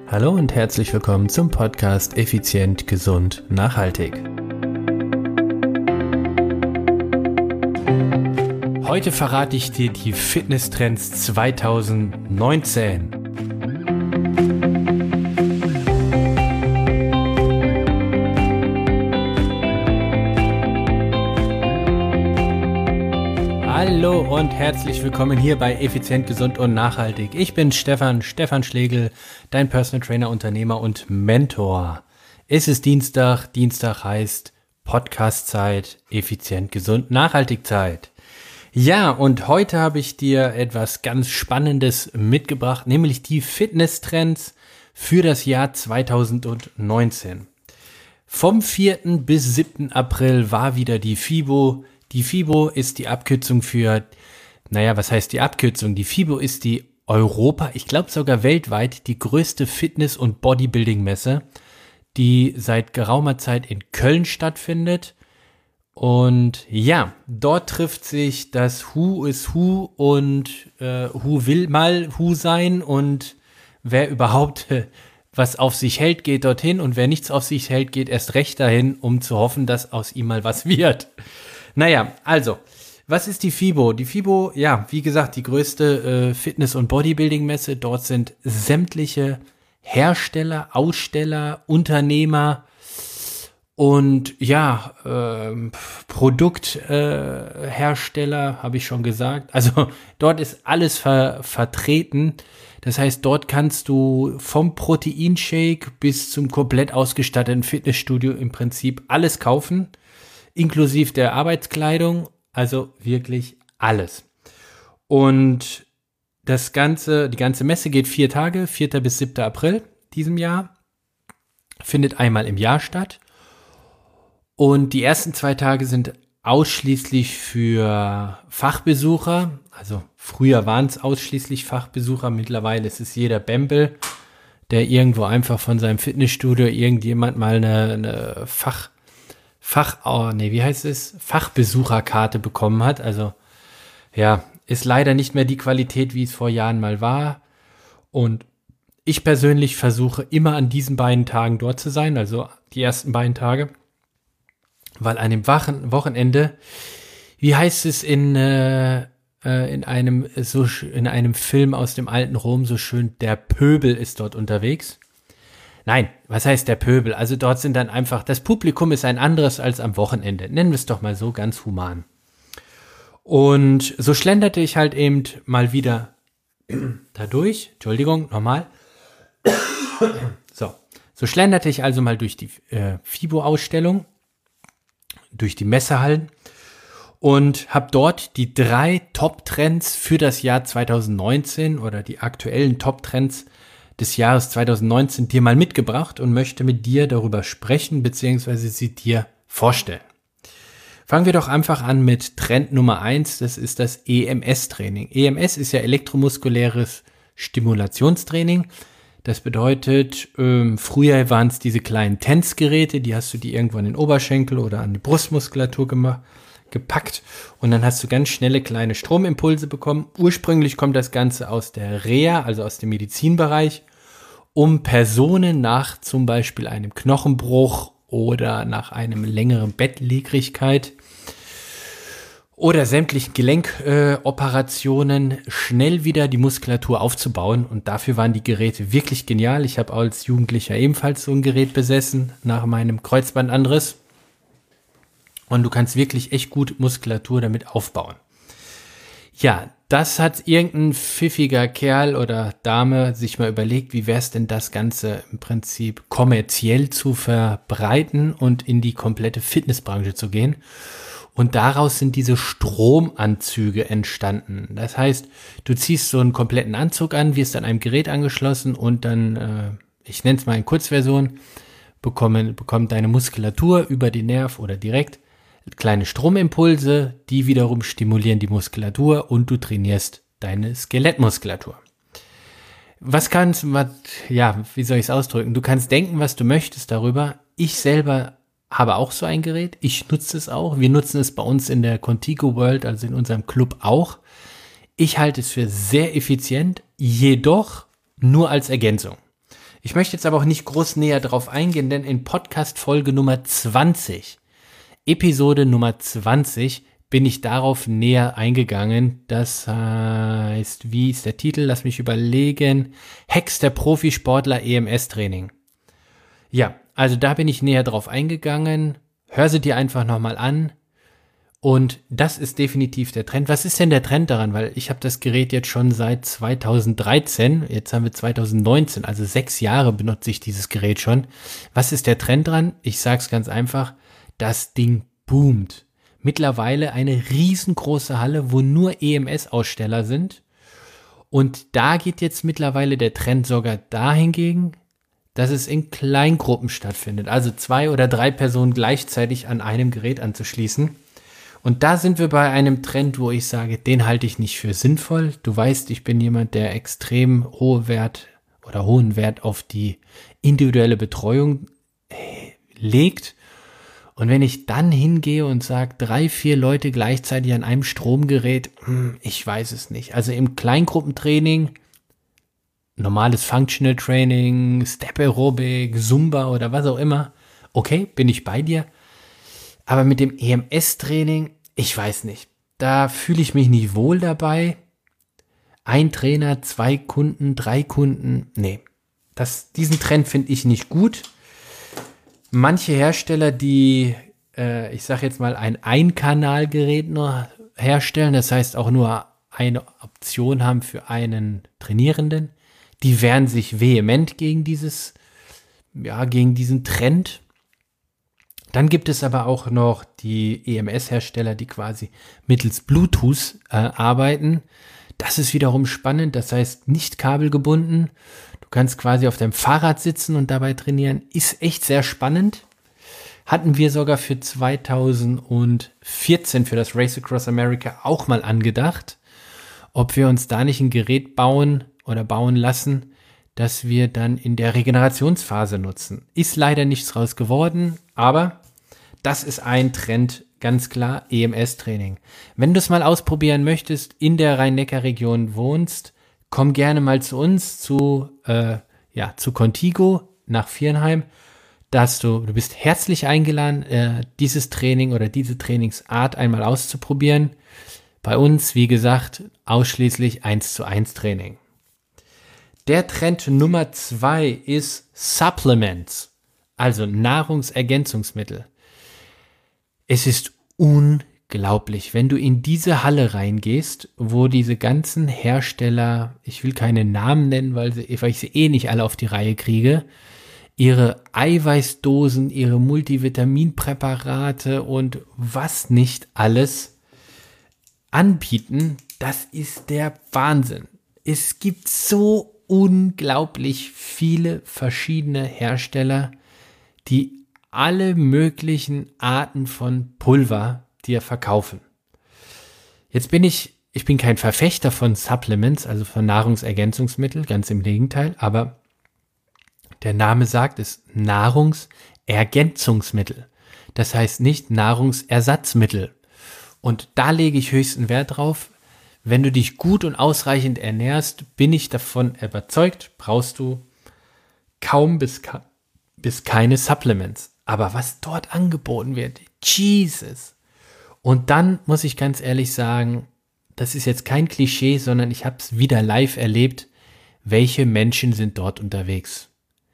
Hallo und herzlich willkommen zum Podcast Effizient, Gesund, Nachhaltig. Heute verrate ich dir die Fitnesstrends 2019. Hallo und herzlich willkommen hier bei Effizient, Gesund und Nachhaltig. Ich bin Stefan Schlegel, dein Personal Trainer, Unternehmer und Mentor. Es ist Dienstag heißt Podcast-Zeit, Effizient, Gesund, Nachhaltig-Zeit. Ja, und heute habe ich dir etwas ganz Spannendes mitgebracht, nämlich die Fitnesstrends für das Jahr 2019. Vom 4. bis 7. April war wieder die FIBO. Die FIBO ist die Abkürzung für, was heißt die Abkürzung? Die FIBO ist die ich glaube sogar weltweit, die größte Fitness- und Bodybuilding-Messe, die seit geraumer Zeit in Köln stattfindet. Und ja, dort trifft sich das Who is Who und Who will mal Who sein und wer überhaupt was auf sich hält, geht dorthin und wer nichts auf sich hält, geht erst recht dahin, um zu hoffen, dass aus ihm mal was wird. Also, was ist die FIBO? Die FIBO, wie gesagt, die größte Fitness- und Bodybuilding-Messe. Dort sind sämtliche Hersteller, Aussteller, Unternehmer und Produkthersteller, habe ich schon gesagt. Also dort ist alles vertreten. Das heißt, dort kannst du vom Proteinshake bis zum komplett ausgestatteten Fitnessstudio im Prinzip alles kaufen. Inklusive der Arbeitskleidung, also wirklich alles. Und die ganze Messe geht 4 Tage, 4. bis 7. April diesem Jahr, findet einmal im Jahr statt. Und die ersten 2 Tage sind ausschließlich für Fachbesucher, also früher waren es ausschließlich Fachbesucher, mittlerweile ist es jeder Bembel, der irgendwo einfach von seinem Fitnessstudio irgendjemand mal eine Fachbesucherkarte bekommen hat. Also ist leider nicht mehr die Qualität, wie es vor Jahren mal war. Und ich persönlich versuche immer an diesen beiden Tagen dort zu sein, also die ersten beiden Tage, weil an dem Wochenende, wie heißt es in einem Film aus dem alten Rom so schön, der Pöbel ist dort unterwegs. Nein, was heißt der Pöbel? Also dort sind dann einfach, das Publikum ist ein anderes als am Wochenende. Nennen wir es doch mal so, ganz human. Und so schlenderte ich halt eben mal wieder dadurch. Entschuldigung, nochmal. So schlenderte ich also mal durch die FIBO-Ausstellung, durch die Messehallen und habe dort die 3 Top-Trends für das Jahr 2019 oder die aktuellen Top-Trends des Jahres 2019 dir mal mitgebracht und möchte mit dir darüber sprechen bzw. sie dir vorstellen. Fangen wir doch einfach an mit Trend Nummer 1, das ist das EMS-Training. EMS ist ja elektromuskuläres Stimulationstraining. Das bedeutet, früher waren es diese kleinen TENS-Geräte, die hast du dir irgendwo an den Oberschenkel oder an die Brustmuskulatur gepackt und dann hast du ganz schnelle kleine Stromimpulse bekommen. Ursprünglich kommt das Ganze aus der Reha, also aus dem Medizinbereich, um Personen nach zum Beispiel einem Knochenbruch oder nach einem längeren Bettlägerigkeit oder sämtlichen Gelenkoperationen schnell wieder die Muskulatur aufzubauen und dafür waren die Geräte wirklich genial. Ich habe als Jugendlicher ebenfalls so ein Gerät besessen nach meinem Kreuzbandanriss. Und du kannst wirklich echt gut Muskulatur damit aufbauen. Ja, das hat irgendein pfiffiger Kerl oder Dame sich mal überlegt, wie wäre es denn das Ganze im Prinzip kommerziell zu verbreiten und in die komplette Fitnessbranche zu gehen. Und daraus sind diese Stromanzüge entstanden. Das heißt, du ziehst so einen kompletten Anzug an, wirst an einem Gerät angeschlossen und dann, ich nenne es mal in Kurzversion, bekommt deine Muskulatur über den Nerv oder direkt kleine Stromimpulse, die wiederum stimulieren die Muskulatur und du trainierst deine Skelettmuskulatur. Wie soll ich es ausdrücken? Du kannst denken, was du möchtest darüber. Ich selber habe auch so ein Gerät. Ich nutze es auch. Wir nutzen es bei uns in der Contigo World, also in unserem Club auch. Ich halte es für sehr effizient, jedoch nur als Ergänzung. Ich möchte jetzt aber auch nicht groß näher drauf eingehen, denn in Podcast-Folge Nummer 20, Episode Nummer 20, bin ich darauf näher eingegangen. Das heißt, wie ist der Titel? Lass mich überlegen. Hacks der Profisportler EMS-Training. Ja, also da bin ich näher drauf eingegangen. Hör sie dir einfach nochmal an. Und das ist definitiv der Trend. Was ist denn der Trend daran? Weil ich habe das Gerät jetzt schon seit 2013. Jetzt haben wir 2019, also 6 Jahre benutze ich dieses Gerät schon. Was ist der Trend dran? Ich sage es ganz einfach. Das Ding boomt. Mittlerweile eine riesengroße Halle, wo nur EMS-Aussteller sind. Und da geht jetzt mittlerweile der Trend sogar dahingegen, dass es in Kleingruppen stattfindet. Also 2 oder 3 Personen gleichzeitig an einem Gerät anzuschließen. Und da sind wir bei einem Trend, wo ich sage, den halte ich nicht für sinnvoll. Du weißt, ich bin jemand, der extrem hohen Wert auf die individuelle Betreuung legt. Und wenn ich dann hingehe und sage, 3, 4 Leute gleichzeitig an einem Stromgerät, ich weiß es nicht. Also im Kleingruppentraining, normales Functional Training, Step Aerobic, Zumba oder was auch immer, okay, bin ich bei dir. Aber mit dem EMS-Training, ich weiß nicht. Da fühle ich mich nicht wohl dabei. 1 Trainer, 2 Kunden, 3 Kunden, nee. Diesen Trend finde ich nicht gut. Manche Hersteller, die, ich sage jetzt mal, ein Einkanalgerät nur herstellen, das heißt auch nur eine Option haben für einen Trainierenden, die wehren sich vehement gegen gegen diesen Trend. Dann gibt es aber auch noch die EMS-Hersteller, die quasi mittels Bluetooth arbeiten. Das ist wiederum spannend, das heißt nicht kabelgebunden. Du kannst quasi auf deinem Fahrrad sitzen und dabei trainieren. Ist echt sehr spannend. Hatten wir sogar für 2014 für das Race Across America auch mal angedacht, ob wir uns da nicht ein Gerät bauen oder bauen lassen, das wir dann in der Regenerationsphase nutzen. Ist leider nichts draus geworden, aber das ist ein Trend, ganz klar, EMS-Training. Wenn du es mal ausprobieren möchtest, in der Rhein-Neckar-Region wohnst, komm gerne mal zu uns, zu Contigo nach Viernheim. Du bist herzlich eingeladen, dieses Training oder diese Trainingsart einmal auszuprobieren. Bei uns, wie gesagt, ausschließlich 1:1 Training. Der Trend Nummer 2 ist Supplements, also Nahrungsergänzungsmittel. Es ist unglaublich, wenn du in diese Halle reingehst, wo diese ganzen Hersteller, ich will keine Namen nennen, weil ich sie eh nicht alle auf die Reihe kriege, ihre Eiweißdosen, ihre Multivitaminpräparate und was nicht alles anbieten, das ist der Wahnsinn. Es gibt so unglaublich viele verschiedene Hersteller, die alle möglichen Arten von Pulver dir verkaufen. Jetzt bin ich bin kein Verfechter von Supplements, also von Nahrungsergänzungsmitteln, ganz im Gegenteil, aber der Name sagt es, Nahrungsergänzungsmittel. Das heißt nicht Nahrungsersatzmittel. Und da lege ich höchsten Wert drauf. Wenn du dich gut und ausreichend ernährst, bin ich davon überzeugt, brauchst du kaum bis keine Supplements. Aber was dort angeboten wird, Jesus. Und dann muss ich ganz ehrlich sagen, das ist jetzt kein Klischee, sondern ich habe es wieder live erlebt, welche Menschen sind dort unterwegs.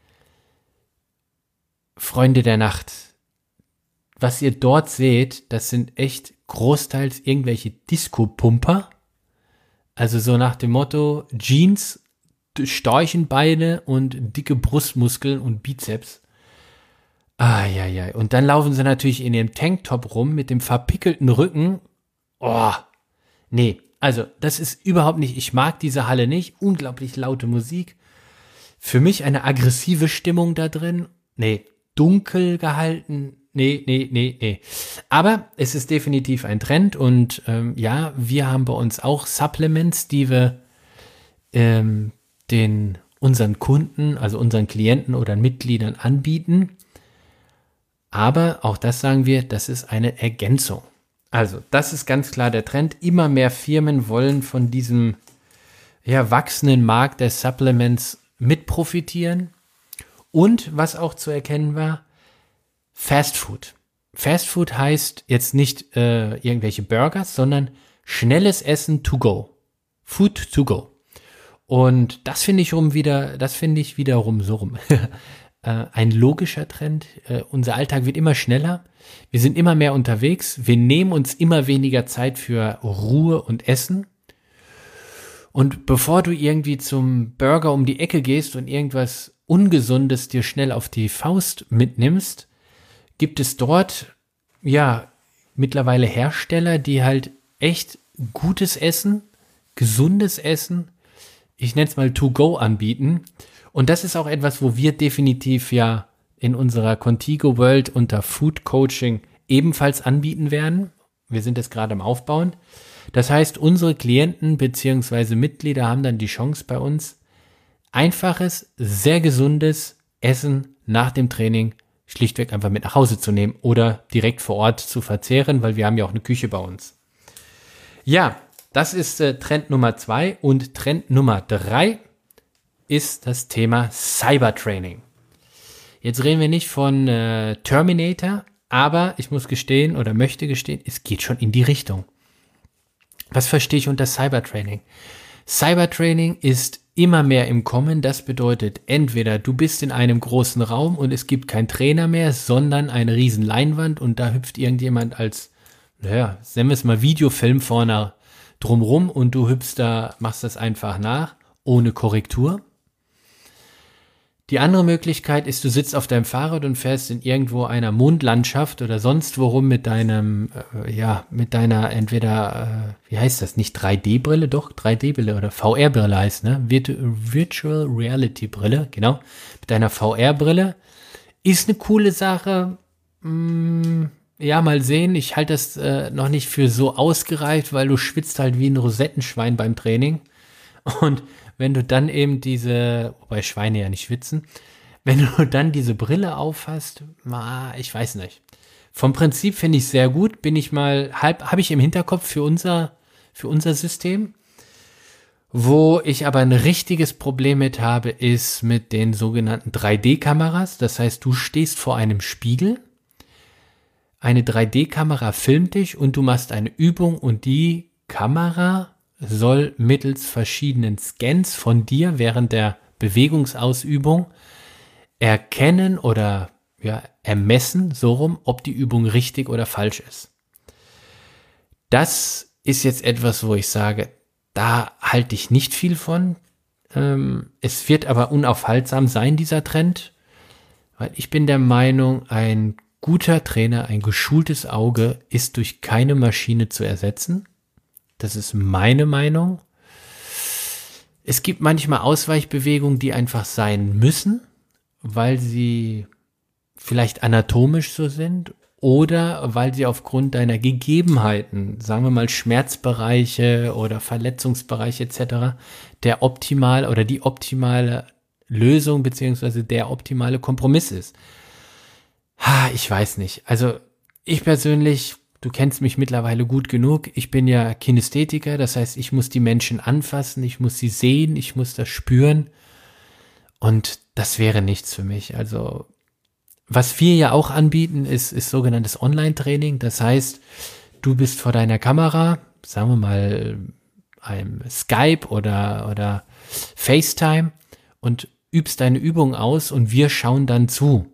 Freunde der Nacht, was ihr dort seht, das sind echt großteils irgendwelche Disco-Pumper. Also so nach dem Motto Jeans, Storchenbeine und dicke Brustmuskeln und Bizeps. Und dann laufen sie natürlich in ihrem Tanktop rum mit dem verpickelten Rücken. Oh, nee, also das ist überhaupt nicht, ich mag diese Halle nicht. Unglaublich laute Musik. Für mich eine aggressive Stimmung da drin. Nee, dunkel gehalten. Nee. Aber es ist definitiv ein Trend und wir haben bei uns auch Supplements, die wir unseren Kunden, also unseren Klienten oder Mitgliedern anbieten. Aber auch das sagen wir, das ist eine Ergänzung. Also das ist ganz klar der Trend. Immer mehr Firmen wollen von diesem wachsenden Markt der Supplements mit profitieren. Und was auch zu erkennen war, Fast Food. Fast Food heißt jetzt nicht irgendwelche Burgers, sondern schnelles Essen to go. Food to go. Und das finde ich wiederum so rum. Ein logischer Trend. Unser Alltag wird immer schneller. Wir sind immer mehr unterwegs. Wir nehmen uns immer weniger Zeit für Ruhe und Essen. Und bevor du irgendwie zum Burger um die Ecke gehst und irgendwas Ungesundes dir schnell auf die Faust mitnimmst, gibt es dort, ja, mittlerweile Hersteller, die halt echt gutes Essen, gesundes Essen, ich nenne es mal To-Go anbieten. Und das ist auch etwas, wo wir definitiv ja in unserer Contigo World unter Food Coaching ebenfalls anbieten werden. Wir sind jetzt gerade am Aufbauen. Das heißt, unsere Klienten bzw. Mitglieder haben dann die Chance bei uns, einfaches, sehr gesundes Essen nach dem Training schlichtweg einfach mit nach Hause zu nehmen oder direkt vor Ort zu verzehren, weil wir haben ja auch eine Küche bei uns. Ja, das ist Trend Nummer 2 und Trend Nummer 3 ist das Thema Cybertraining. Jetzt reden wir nicht von Terminator, aber ich muss gestehen oder möchte gestehen, es geht schon in die Richtung. Was verstehe ich unter Cybertraining? Cybertraining ist immer mehr im Kommen. Das bedeutet, entweder du bist in einem großen Raum und es gibt keinen Trainer mehr, sondern eine riesen Leinwand und da hüpft irgendjemand als, naja, nennen wir es mal Videofilm vorne drumrum und du hüpfst da, machst das einfach nach, ohne Korrektur. Die andere Möglichkeit ist, du sitzt auf deinem Fahrrad und fährst in irgendwo einer Mondlandschaft oder sonst worum mit deinem, mit deiner entweder, wie heißt das, nicht 3D-Brille, doch 3D-Brille oder VR-Brille heißt, ne? Virtual Reality Brille, genau, mit deiner VR-Brille. Ist eine coole Sache, ja, mal sehen, ich halte das noch nicht für so ausgereift, weil du schwitzt halt wie ein Rosettenschwein beim Training und wenn du dann eben wobei Schweine ja nicht schwitzen, wenn du dann diese Brille aufhast, ich weiß nicht. Vom Prinzip finde ich sehr gut, habe ich im Hinterkopf für unser System. Wo ich aber ein richtiges Problem mit habe, ist mit den sogenannten 3D-Kameras. Das heißt, du stehst vor einem Spiegel, eine 3D-Kamera filmt dich und du machst eine Übung und die Kamera soll mittels verschiedenen Scans von dir während der Bewegungsausübung erkennen oder ermessen, so rum, ob die Übung richtig oder falsch ist. Das ist jetzt etwas, wo ich sage, da halte ich nicht viel von. Es wird aber unaufhaltsam sein, dieser Trend, weil ich bin der Meinung, ein guter Trainer, ein geschultes Auge ist durch keine Maschine zu ersetzen. Das ist meine Meinung. Es gibt manchmal Ausweichbewegungen, die einfach sein müssen, weil sie vielleicht anatomisch so sind oder weil sie aufgrund deiner Gegebenheiten, sagen wir mal Schmerzbereiche oder Verletzungsbereiche etc., die optimale Lösung bzw. der optimale Kompromiss ist. Ich weiß nicht. Also ich persönlich, du kennst mich mittlerweile gut genug. Ich bin ja Kinästhetiker, das heißt, ich muss die Menschen anfassen, ich muss sie sehen, ich muss das spüren. Und das wäre nichts für mich. Also, was wir ja auch anbieten, ist sogenanntes Online-Training. Das heißt, du bist vor deiner Kamera, sagen wir mal, einem Skype oder FaceTime und übst deine Übung aus und wir schauen dann zu.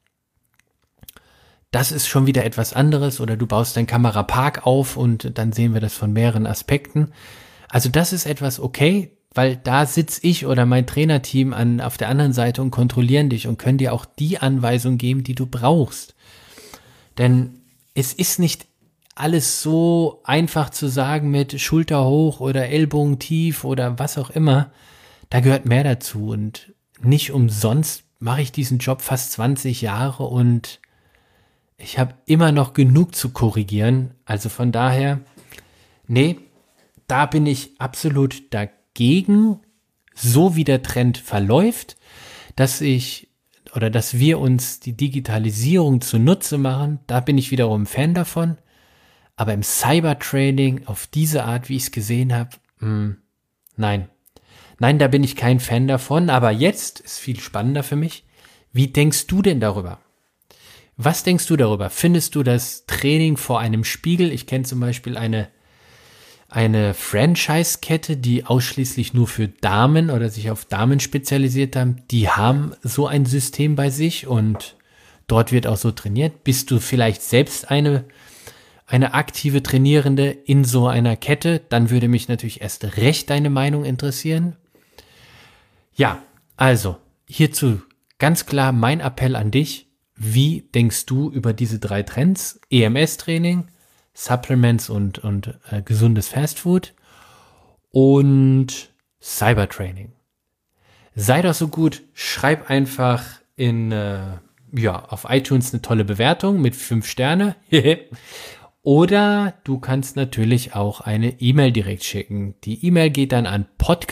Das ist schon wieder etwas anderes oder du baust dein Kamerapark auf und dann sehen wir das von mehreren Aspekten. Also das ist etwas okay, weil da sitze ich oder mein Trainerteam auf der anderen Seite und kontrollieren dich und können dir auch die Anweisung geben, die du brauchst. Denn es ist nicht alles so einfach zu sagen mit Schulter hoch oder Ellbogen tief oder was auch immer. Da gehört mehr dazu und nicht umsonst mache ich diesen Job fast 20 Jahre und ich habe immer noch genug zu korrigieren. Also von daher, nee, da bin ich absolut dagegen, so wie der Trend verläuft, dass wir uns die Digitalisierung zunutze machen. Da bin ich wiederum Fan davon. Aber im Cybertraining auf diese Art, wie ich es gesehen habe, nein. Nein, da bin ich kein Fan davon. Aber jetzt ist viel spannender für mich. Wie denkst du denn darüber? Was denkst du darüber? Findest du das Training vor einem Spiegel? Ich kenne zum Beispiel eine Franchise-Kette, die ausschließlich nur für Damen oder sich auf Damen spezialisiert haben. Die haben so ein System bei sich und dort wird auch so trainiert. Bist du vielleicht selbst eine aktive Trainierende in so einer Kette? Dann würde mich natürlich erst recht deine Meinung interessieren. Ja, also hierzu ganz klar mein Appell an dich. Wie denkst du über diese 3 Trends? EMS-Training, Supplements und gesundes Fastfood und Cybertraining. Sei doch so gut, schreib einfach auf iTunes eine tolle Bewertung mit 5 Sterne. Oder du kannst natürlich auch eine E-Mail direkt schicken. Die E-Mail geht dann an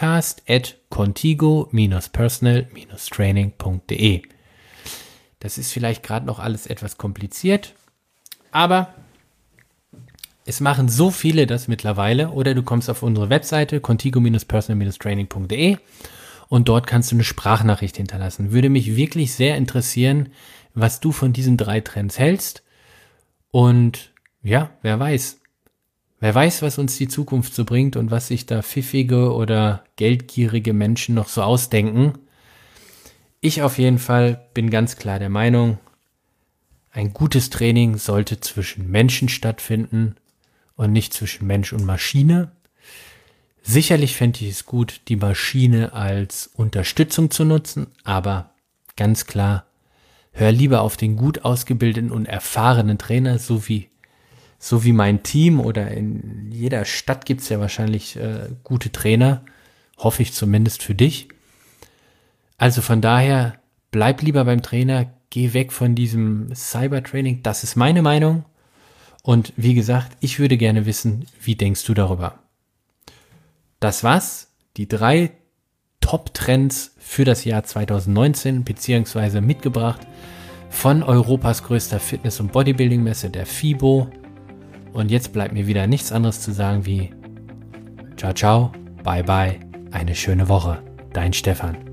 podcast@contigo-personal-training.de. Das ist vielleicht gerade noch alles etwas kompliziert, aber es machen so viele das mittlerweile. Oder du kommst auf unsere Webseite contigo-personal-training.de und dort kannst du eine Sprachnachricht hinterlassen. Würde mich wirklich sehr interessieren, was du von diesen 3 Trends hältst. Und ja, wer weiß. Wer weiß, was uns die Zukunft so bringt und was sich da pfiffige oder geldgierige Menschen noch so ausdenken. Ich auf jeden Fall bin ganz klar der Meinung, ein gutes Training sollte zwischen Menschen stattfinden und nicht zwischen Mensch und Maschine. Sicherlich fände ich es gut, die Maschine als Unterstützung zu nutzen, aber ganz klar, hör lieber auf den gut ausgebildeten und erfahrenen Trainer, so wie mein Team, oder in jeder Stadt gibt es ja wahrscheinlich gute Trainer, hoffe ich zumindest für dich. Also von daher, bleib lieber beim Trainer, geh weg von diesem Cybertraining, das ist meine Meinung. Und wie gesagt, ich würde gerne wissen, wie denkst du darüber? Das war's, die 3 Top-Trends für das Jahr 2019, beziehungsweise mitgebracht von Europas größter Fitness- und Bodybuilding-Messe, der FIBO. Und jetzt bleibt mir wieder nichts anderes zu sagen wie ciao, ciao, bye, bye, eine schöne Woche. Dein Stefan.